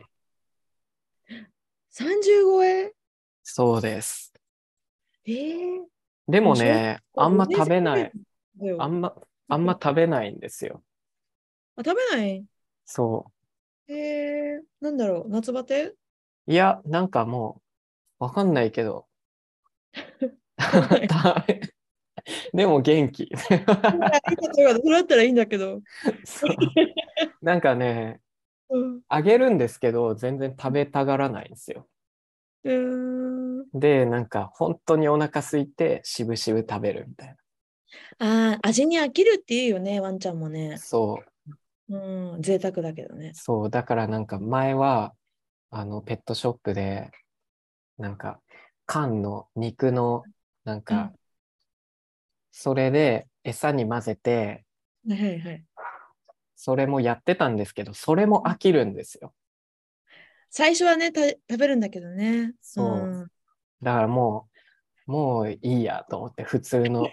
30超え。 そうです。 えー、 でもう小学もね、あ校んま 5年生ぐらい食べない。 だよ。 あんま食べないんですよ。 あ、食べない？ そなんだろう、夏バテ？ う。いや、なんかもう、わかんないけど、 食べない。 でも元気。 いやいい例えばそれだったらいいんだけど。 そう。なんかね、 うん。 あげるんですけど、全然食べたがらないんですよ。 うーん。 で、なんか本当にお腹空いて、しぶしぶ食べるみたいな。 ああ、味に飽きるっていうよね、ワンちゃんもね。 そう。 うん、贅沢だけどね。 そう。だからなんか前は、ペットショップで、なんか、缶の肉の、なんか、 うん。 それで餌に混ぜて、 はいはいはい。 それもやってたんですけど、それも飽きるんですよ。 最初はね、食べるんだけどね。うそん。 う。だからもういいやと思って、普通の。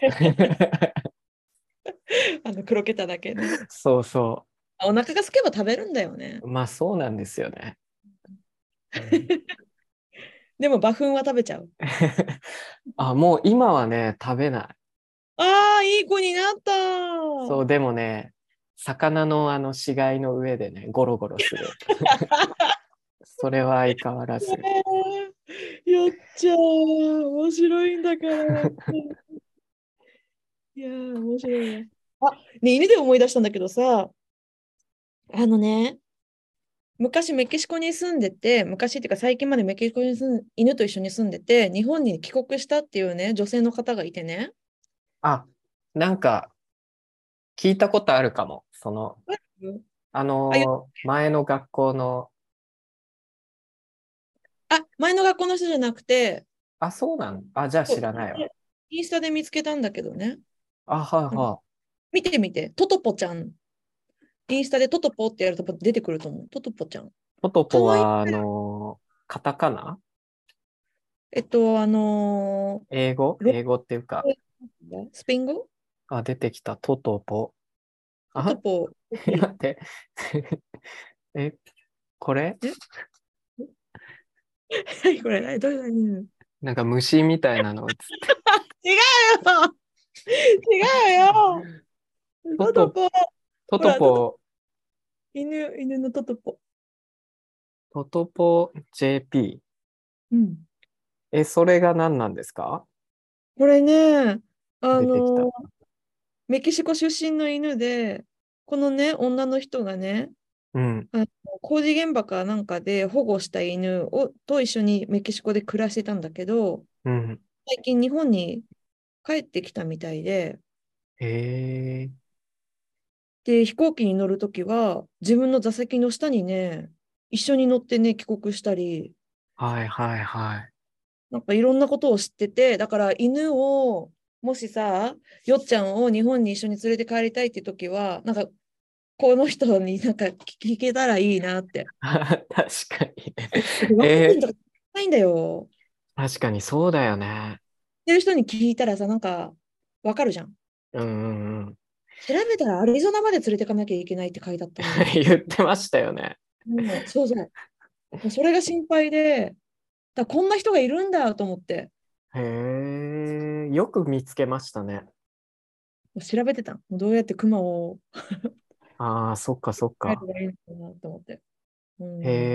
黒けただけね。 そうそお腹が空けば食べるんだよね。 う。まあそうなんですよね。うん。 でも馬糞は食べちゃう。 あ、もう今はね、食べない。 ああ、いい子になった。 そう、でもね、魚の死骸の上でね、ゴロゴロする。それは相変わらず。 よっちゃん、面白いんだから。いやー、面白いわ。あ、ね、犬で思い出したんだけどさ、あのね、昔メキシコに住んでて、昔っていうか最近までメキシコに犬と一緒に住んでて、日本に帰国したっていうね、女性の方がいてね。 あ、なんか聞いたことあるかも。 あ、 前の学校の、 前の学校の人じゃなくて、 あ、そうなんあ、じゃあそう知らないわ。 インスタで見つけたんだけどね。 あ、はいうん、 は見てみて、トトポちゃん。インスタでトトポってやると出てくると思う。トトポちゃん。 い。ポトかわいい。 ポは、カタカナえっと、あのロ英語っていうか、 スペイン語。 あ、出てきた、トトポ。あ、 トトポ、 待って。え、これえ何これどれなんか虫みたいなの映って。 違うよ。違うよ。 トト、 トトポ。 トほら、 トポ、 犬のトトポ。 トトポ JP。 うん。 それが何なんですか？ これね、あ出てきた。 の、メキシコ出身の犬で、このね、女の人がね、 うん、 あの工事現場かなんかで保護したと一緒にメキシコで暮らしてたんだけど、 うん。 最近日本に帰ってきたみたいで、 へえ、 で、飛行機に乗るときは、自分の座席の下にね、一緒に乗ってね、帰国したり、 はいはいはい。 なんかいろんなことを知ってて、だから犬を、もしさ、よっちゃんを日本に一緒に連れて帰りたいって時は、なんか、この人になんか聞けたらいいなって。 確かに。 ワクチンとかないんだよ。 確かにそうだよね。 てる人に聞いたらさ、なんか、わかるじゃん。 うんうんうん。 調べたらアリゾナまで連れてかなきゃいけないって書いてあったんで、 言ってましたよね。 もう、そうそう。それが心配で、こんな人がいるんだと思って、 へえ、よく見つけましたね。 調べてた。どうやってクマをああ、そっかそっか。 帰ればいいのかなと思って。うん。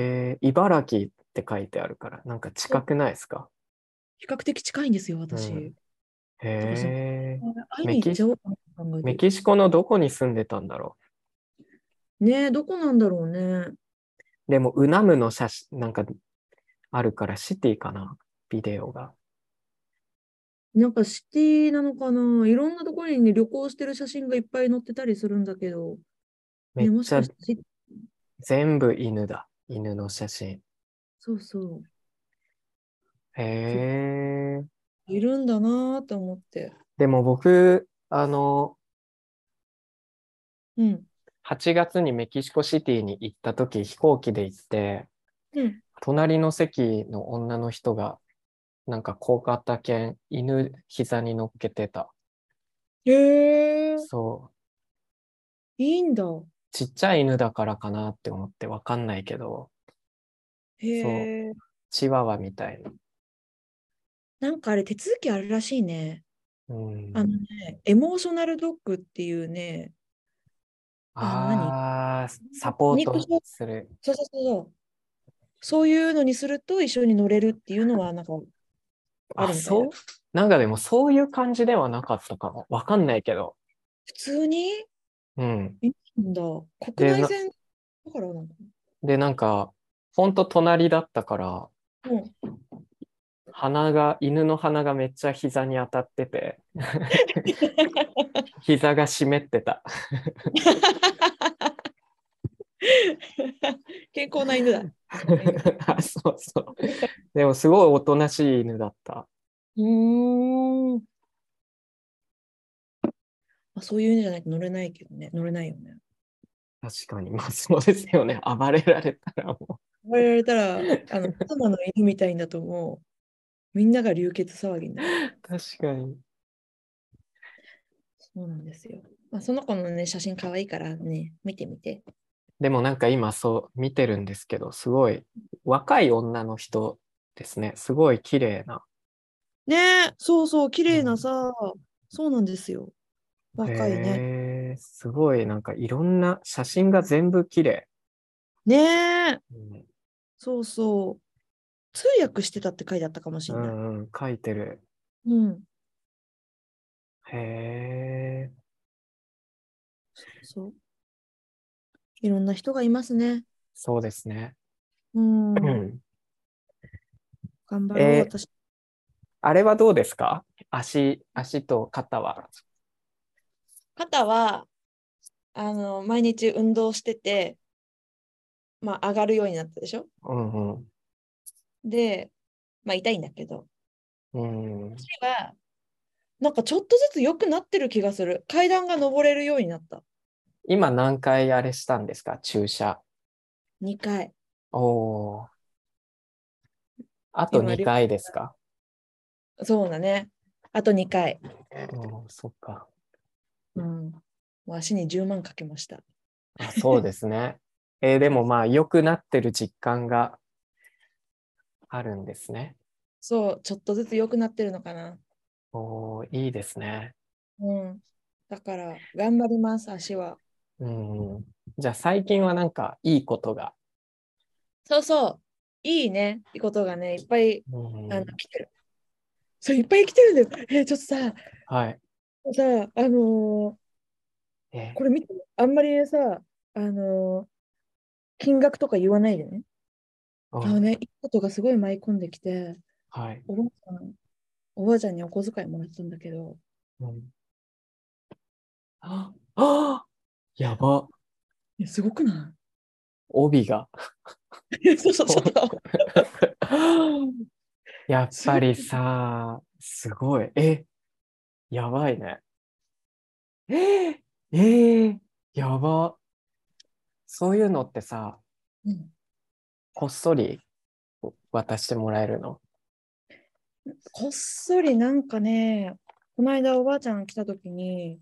へえ、茨城って書いてあるから、なんか近くないですか？ 比較的近いんですよ、 うん。 私。 へだからさ、 え、 会いに行っメキシ、 ちゃおうかなと考えてる。 メキシコのどこに住んでたんだろねえ、どこなんだろうね。 う。でも、ウナムの写真、なんかあるからシティかな、ビデオが。 なんかシティなのかな。いろんなところにね、旅行してる写真がいっぱい載ってたりするんだけど、ね、もしめっちゃかして、 全部犬だ。犬の写真。 そうそう、 へそえ。 いるんだなと思って。 でも僕、 うん。 8月にメキシコシティに行った時、飛行機で行って、 うん。 隣の席の女の人が、なんか小型犬、犬膝に乗っけてた。 へえ、 そう。 いいんだ。 ちっちゃい犬だからかなって思ってわかんないけど、 へそう。 え。 チワワみたいな。 なんかあれ手続きあるらしいね。 うん。 あのね、エモーショナルドッグっていうね、何ああ、サポート肉食、 する。 そうそうそうそう。そういうのにすると一緒に乗れるっていうのはなんかああ、 るみたいだ。 そうなんかでもそういう感じではなかったかも。わかんないけど。 普通にうん。 いいんだ。国で、 内線だからなんか。 なんか、ほんと隣だったから、 うん。 犬の鼻がめっちゃ膝に当たってて、膝が湿ってた。 健康な犬だ。犬。 あ、そうそう。でもすごいおとなしい犬だった。 うーん。まあ、そういう犬じゃないと乗れないけどね。乗れないよね。 確かに。まあそうですよね。暴れられたらも言われたら、妻の犬みたいんだともう、みんなが流血騒ぎになる。 う。確かに。 そうなんですよ。まあ、その子のね、写真可愛いからね、見てみて。 でもなんか今そう見てるんですけど、すごい若い女の人ですね。すごい綺麗な。 ねえ、そうそう、綺麗なうん、 さ、そうなんですよ。若いね。 へえ、すごいなんかいろんな写真が全部綺麗。 ねえ、 うん、 そうそう。通訳してたって書いてあったかもしうれない。 んうん、書いてる。 うん。 へえ、 そうそう。いろんな人がいますね。 そうですね。 うん。 うん。 頑張ろう、 えー私。 あれはどうですか？足と肩は。 肩は、毎日運動してて、まあ、上がるようになったでしょ。 うんうん。 で、まあ、痛いんだけど、 うん、 足は、なんかちょっとずつ良くなってる気がする。階段が登れるようになった。 今何回あれしたんですか？注射。 2回。 おー、あと今、 2回ですか？ そうだね。あと2回。 うん、そっか。 うん。もう足に10万かけました。 あ、そうですね。でもまあ良くなってる実感があるんですね。 そう、ちょっとずつ良くなってるのかな。 おー、いいですね。 うん。だから、頑張ります、足は。 うん。じゃあ最近はなんかいいことが。 そうそう。いいね。いいことがね、いっぱい、 うん。 来てる。そう、いっぱい来てるんだよ。ちょっとさ、 はい。え、 これ見て、あんまりさ、あのー金額とか言わないでね。 うん。 いいことがすごい舞い込んできて、 はい。 おばあさん、おばあちゃんにお小遣いもらったんだけど、 うん、あ、やば。 すごくな帯が。 い？そうそうそうそう。 やっすごい。 ぱりさ、すごい。やばいね。えー、えやば。そういうのってさ、 うん。 こっそり渡してもらえるの？ こっそりなんかね、この間おばあちゃん来た時に、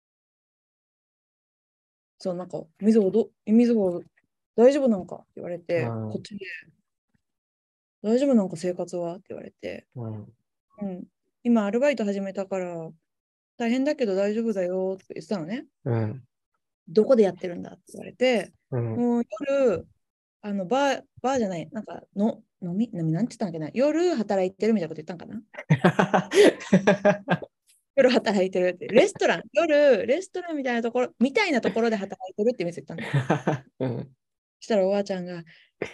そう、なんか、みずほ大丈夫なんかって言われて、こっうん、 ちで、大丈夫なんか生活はって言われて、 うん、 うん、今アルバイト始めたから、大変だけど大丈夫だよって言ってたのね。 うん、 どこでやってるんだって言われて、 うん。 もう夜、バーじゃない、なんかなんて言ったんだっけな、夜働いてるみたいなこと言ったんかな。夜働いてるって、レストランみたいなところで働いてるって店言ったんだよ。 うん、 そしたらおばあちゃんが、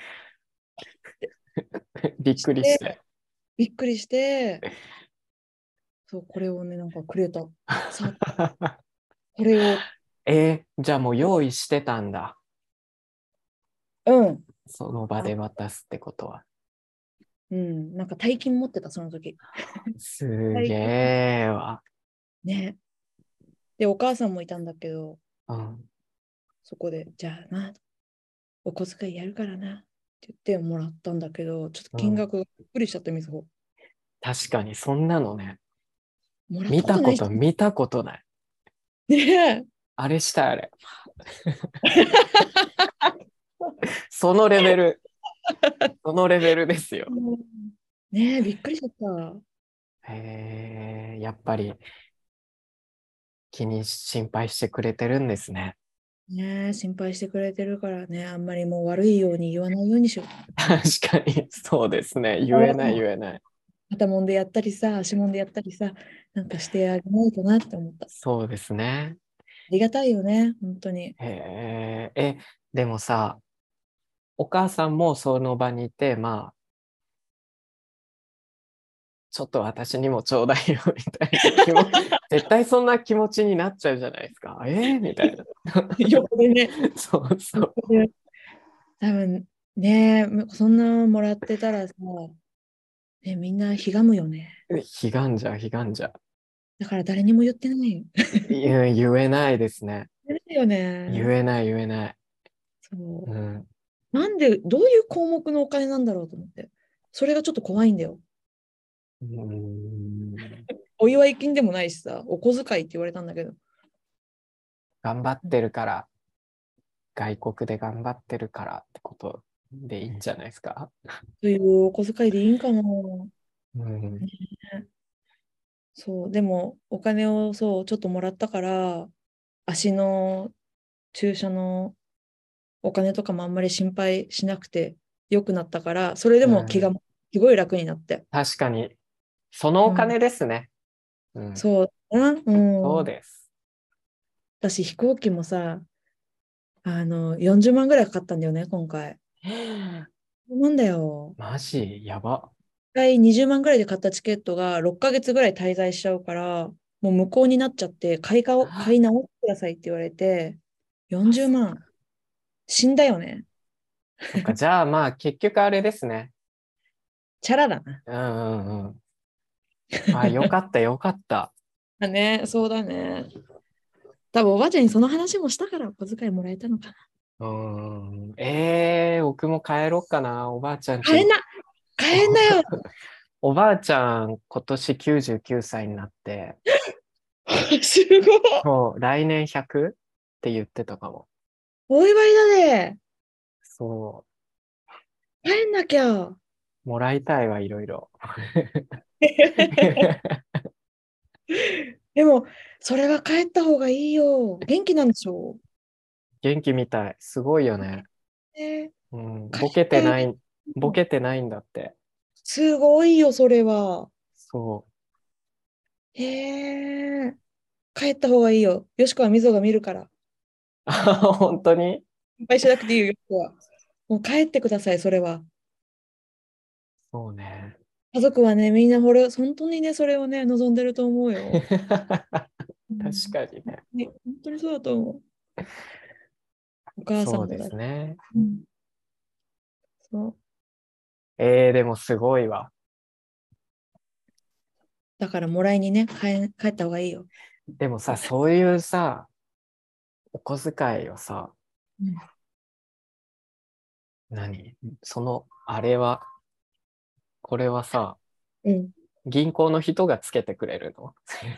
びっくりして。 びっくりして、そう、これをね、なんかくれた。さあ、これを、 じゃあもう用意してたんだ。 うん、 その場あ、 で渡すってことは。 うん、なんか大金持ってた、その時。 すげ大金えわ。 ね。で、お母さんもいたんだけど、 うん、 そこで、じゃあな、お小遣いやるからなって言ってもらったんだけど、ちょっとうん。 金額がびっくりしちゃって、みずほ。 確かにそんなのね、 もらった見たこことないし。 と見たことない。 ねあれしたあれ。そのレベル、そのレベルですよ。 ねえ、びっくりしちゃった。 やっぱり心配してくれてるんですね。 ねえ、心配してくれてるからね、あんまりもう悪いように言わないようにしよう。 確かに、そうですね。言えない言えない。 肩もんでやったりさ、足もんでやったりさ、なんかしてあげないとなって思った。あそうですね。 りがたいよね、本当に。 でもさ、お母さんもその場にいて、まあ、ちょっと私にもちょうだいよみたいな絶対そんな気持ちになっちゃうじゃないですか。みたいな。 横でね、 そうそう。 横で多分ね、そんなもらってたらさ、ね、みんなひがむよね。 ひがんじゃう、ひがんじゃだから誰にも言ってない。 う。言えないですね。 言ってないよね。 言えない、言えない。 そう。 うん。 なんで、どういう項目のお金なんだろうと思って。それがちょっと怖いんだよ。 うーん。 お祝い金でもないしさ、お小遣いって言われたんだけど。 頑張ってるから、外国で頑張ってるからってことでいいんじゃないですか。 そういうお小遣いでいいんかな。 うん。 ね、そう、でもお金をそう、ちょっともらったから、足の注射のお金とかもあんまり心配しなくてよくなったから、それでも気がうん。 すごい楽になって。 確かに、そのうん、 お金ですね。うん。 そうだな。うん。 そうです。 私飛行機もさ、40万ぐらいかかったんだよね、今回。そうなんだよ。 マジやば。 一回20万ぐらいで買ったチケットが6ヶ月ぐらい滞在しちゃうから、もう無効になっちゃって、買い直してくださいって言われて、40万。死んだよね。 そっか、じゃあまあ結局あれですね。 チャラだな。 うんうんうん。あ、よかったよかった。 あね、そうだね。多分おばあちゃんにその話もしたからお小遣いもらえたのかな。 うん。僕も帰ろうかな。おばあちゃんち。 買えんな買えんなよ。 おばあちゃん今年99歳になって、 すごい。 そう、来年 100? って言ってたかも。 お祝いだね。 そ買えんなきゃ。 う、もらいたいわ、いろいろ。 でも、それは帰った方がいいよ。元気なんでしょ元気みたい。すごいよね。 うね。 うん、 帰ったよ。 ボケてないんだって。 すごいよ、それは。 そう。 へえ。帰った方がいいよ。よしこはみぞが見るから。 あ、本当に。 心配しなくていいよ、よしこは。もう帰ってください、それは。 そうね。 家族はね、みんな本当にね、それをね、望んでると思うよ。う確ん、 かにね。 ね、本当にそうだと思う。お母さそうでんもだし。 すね。 うん、そう。 でもすごいわ。 だから、もらいにね、帰った方がいいよ。 でもさ、そういうさ、お小遣いをさ、 うん。 何その、あれは、これはさ、 うん。 銀行の人がつけてくれるの。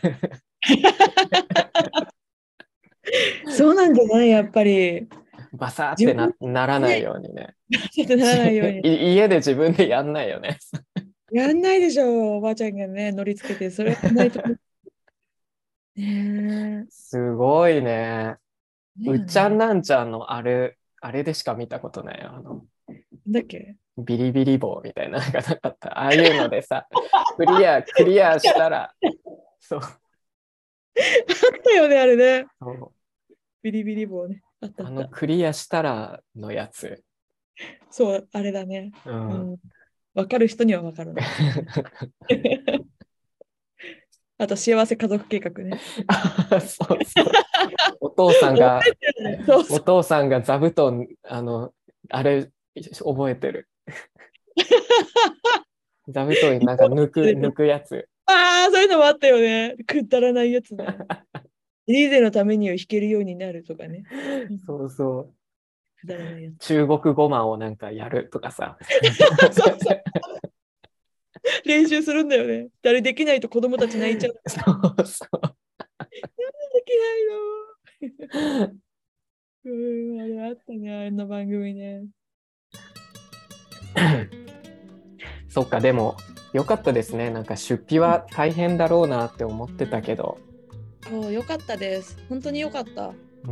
そうなんじゃないやっぱり。 バサーっ自分てならないでようにね。 ちょっとならないように。 家で自分でやんないよね。 やんないでしょ、おばあちゃんがね、乗りつけて、それはないと思う。ねすごいね。 え。 うっちゃんねなんちゃんのあれでしか見たことない。 だっけ。 ビリビリ棒みたいなのがなかった。ああいうのでさ、クリアしたら、そう、 あったよね、あれね。 そうビリビリ棒ね。あったあった。 クリアしたらのやつ。 そう、あれだね。 ううんん。わかる人にはわかるな。あと、幸せ家族計画ね。 そうそう。お父さん覚が、 えてるね。そうそう。 お父さんが座布団、あれ、覚えてる。座布団になんか抜くやつ。 ああ、そういうのもあったよね。くだらないやつね。リーゼのためには弾けるようになるとかね。 そうそう。 くだらないやつ。 中国語マをなんかやるとかさ。 そうそう。練習するんだよね。誰できないと子供たち泣いちゃう。 そうそう。 できないの。あれあったね、あんな番組ね。 そっか、でも、よかったですね。なんか出費は大変だろうなって思ってたけど。 そう、よかったです。本当によかった。 うん。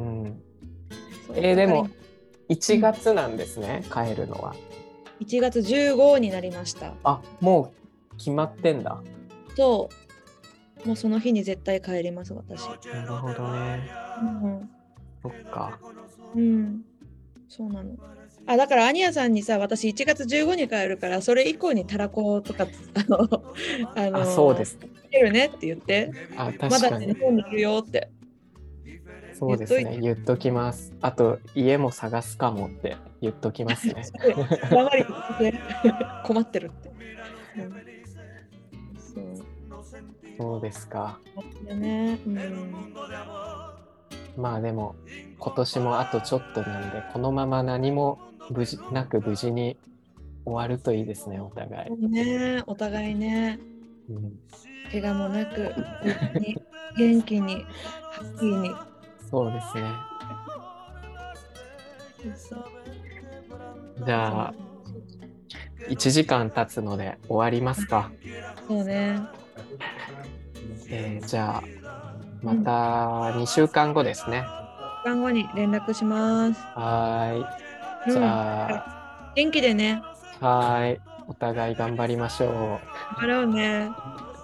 そうでも、1 うん月なんですね、帰るのは。 1月15になりました。 あ、もう決まってんだ。 そう、もうその日に絶対帰ります、私。 なるほどね。そっか。 うん、そうなの。あ、だからアニヤさんにさ、私1月15に帰るから、それ以降にたらことか、 そうです。 来るねって言って、 あ、 まだ確かに。 日本にいるよってそうですね。 言っといて。 言っときます。あと、家も探すかもって言っときますね。 頑張り言って困ってるって。そう。 そうですか。 だね。うん。 まあでも、今年もあとちょっとなんで、このまま何も無事に終わるといいですね、お互い。 ね、お互いね、 うん、 怪我もなく、無事に元気に、ハッピーに。 そうですね。じゃあ、1時間経つので終わりますか。 そうね。 じゃあ、また2週間後ですね。 時間後に連絡します。 はい。じうん。 ゃあ、 元気でね。 はい。お互い頑張りましょう。 頑張ろうね。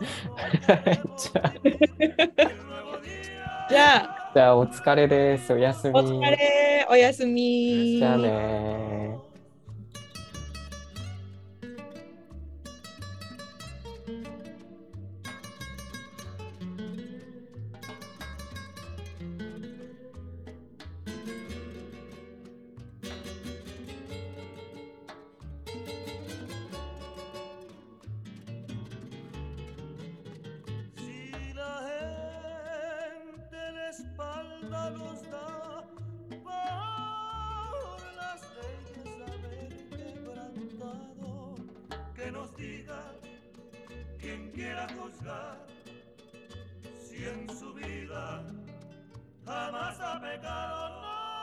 じゃあ、 じゃあ、 じゃあお疲れです。おやすお疲み。 れ。おやすじゃあみ。 ね。 Si la gente la espalda nos da por las leyes haber quebrantado, que nos diga quien quiera juzgar si en su vida jamás ha pecado.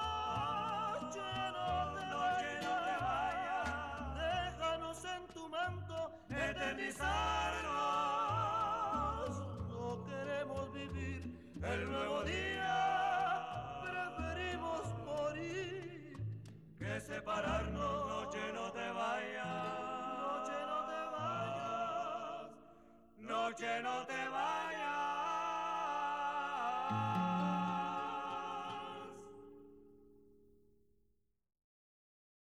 Noche, no te vayas, déjanos en tu manto eternizarnos. No queremos vivir el nuevo día, preferimos morir que separarnos. Noche, no te vayas, noche, no te vayas, noche, no te